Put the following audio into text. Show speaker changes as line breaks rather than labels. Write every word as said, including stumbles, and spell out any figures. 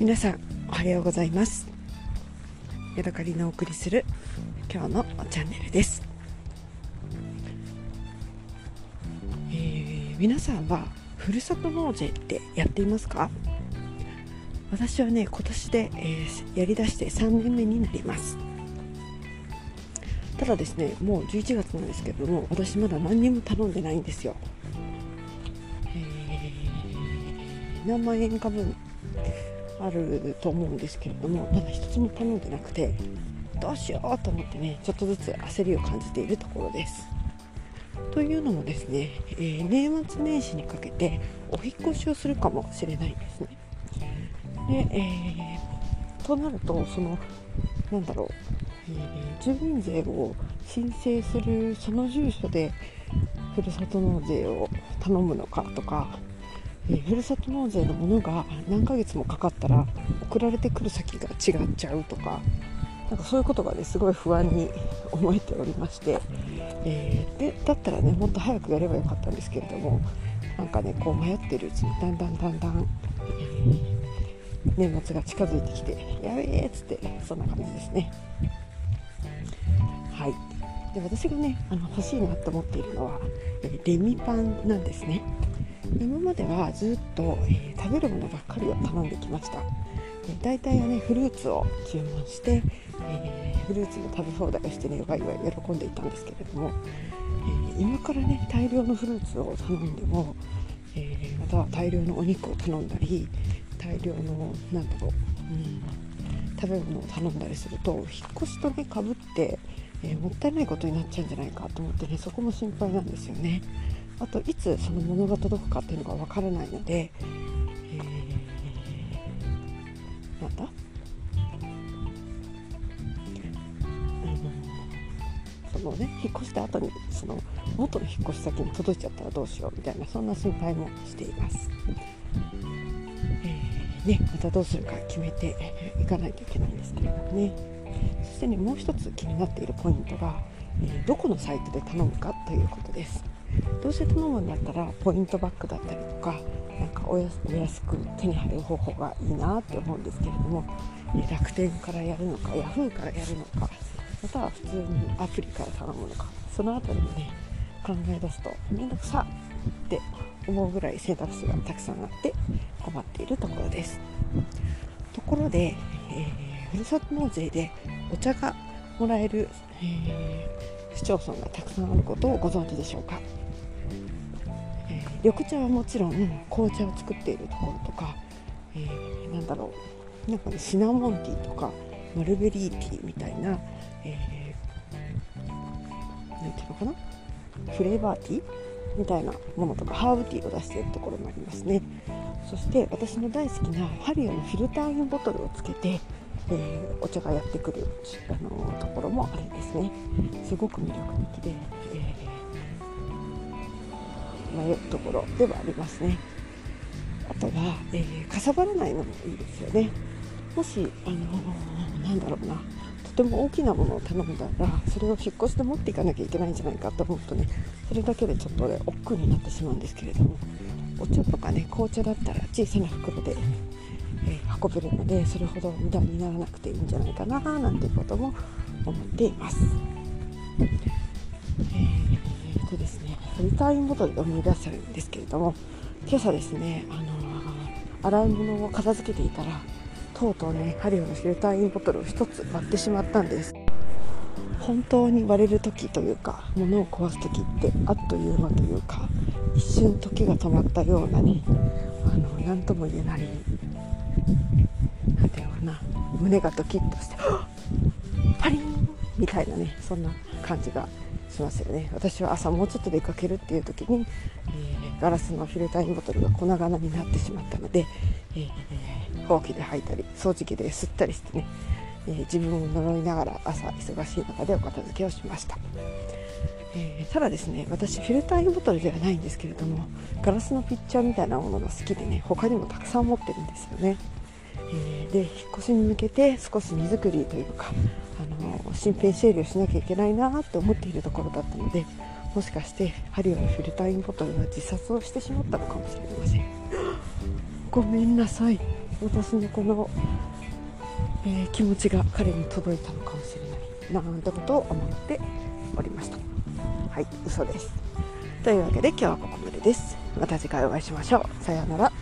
皆さんおはようございます。ヤドカリのお送りする今日のチャンネルです。えー、皆さんはふるさと納税ってやっていますか？私はね、今年で、えー、やりだしてさんねんめになります。ただですね、もうじゅういちがつなんですけども、私まだ何にも頼んでないんですよ。えー、何万円か分あると思うんですけれども、まだ一つも頼んでなくて、どうしようと思ってね、ちょっとずつ焦りを感じているところです。というのもですね、えー、年末年始にかけてお引っ越しをするかもしれないんですね。で、えー、となると、そのなんだろう、えー、住民税を申請するその住所でふるさと納税を頼むのかとか、えー、ふるさと納税のものが何ヶ月もかかったら送られてくる先が違っちゃうとか、なんかそういうことがね、すごい不安に思えておりまして、えー、でだったらね、もっと早くやればよかったんですけれども、なんかね、こう迷ってるうちにだんだんだんだん、えー、年末が近づいてきて、やべえっつって、そんな感じですね。はい。で、私がね、あの欲しいなと思っているのは、えー、レミパンなんですね。今まではずっと、えー、食べるものばっかりを頼んできました。だいたいはね、フルーツを注文して、えー、フルーツの食べ放題をしてね、ワイワイ喜んでいたんですけれども、えー、今からね、大量のフルーツを頼んでも、えー、または大量のお肉を頼んだり、大量のなんだろう、うん、食べ物を頼んだりすると、引っ越しとねかぶって、えー、もったいないことになっちゃうんじゃないかと思ってね、そこも心配なんですよね。あと、いつそのものが届くかっていうのがわからないので、えー、なんだそのね、引っ越した後にその元の引っ越し先に届いちゃったらどうしようみたいな、そんな心配もしています。えーね、またどうするか決めていかないといけないんですけれどもね。そしてね、もう一つ気になっているポイントが、えー、どこのサイトで頼むかということです。どうせ頼むんだったらポイントバックだったりとか、なんかお安く手に入る方法がいいなって思うんですけれども、えー、楽天からやるのか、ヤフーからやるのか、または普通にアプリから頼むのか、そのあたりもね、考え出すとめんどくさって思うぐらい選択肢がたくさんあって困っているところです。ところで、えー、ふるさと納税でお茶がもらえる、えー、市町村がたくさんあることをご存知でしょうか。えー、緑茶はもちろん紅茶を作っているところとか、えー、なんだろうなんか、ね、シナモンティーとかマルベリーティーみたいな、えー、なんていうのかな、フレーバーティーみたいなものとか、ハーブティーを出しているところもありますね。そして私の大好きなハリオのフィルターインボトルをつけて、えー、お茶がやってくるあのところもあるんですね。すごく魅力的で、えー、迷うところではありますね。あとは、えー、かさばらないのもいいですよね。もし、あのー、なんだろうなとても大きなものを頼んだら、それを引っ越して持っていかなきゃいけないんじゃないかと思うとね、それだけでちょっとね、億劫になってしまうんですけれども、お茶とかね、紅茶だったら小さな袋で、えー、運べるので、それほど無駄にならなくていいんじゃないかななんていうことも思っています。えー、とですね、フィルターインボトルで思い出せるんですけれども、今朝ですね、あのー、洗い物を片付けていたら、とうとうね、ハリオのフィルターインボトルを一つ割ってしまったんです。本当に割れる時というか、物を壊す時ってあっという間というか、一瞬時が止まったようなね、あの何とも言えない、なんていうのかな、胸がドキッとしてパリンみたいなね、そんな感じがしますよね。私は朝もうちょっと出かけるっていう時に、えー、ガラスのフィルターインボトルが粉々になってしまったので、えー、ほうきで吐いたり掃除機で吸ったりしてね、えー、自分を呪いながら朝忙しい中でお片付けをしました。えー、ただですね、私フィルターインボトルではないんですけれども、ガラスのピッチャーみたいなものが好きでね、他にもたくさん持ってるんですよね。えー、で、引っ越しに向けて少し荷造りというか、あのー、身辺整理をしなきゃいけないなって思っているところだったので、もしかしてハリオのフィルターインボトルが自殺をしてしまったのかもしれません。ごめんなさい。 私のこの、えー気持ちが彼に届いたのかもしれないなんてことを思っておりました。はい、嘘です。というわけで今日はここまでです。また次回お会いしましょう。さようなら。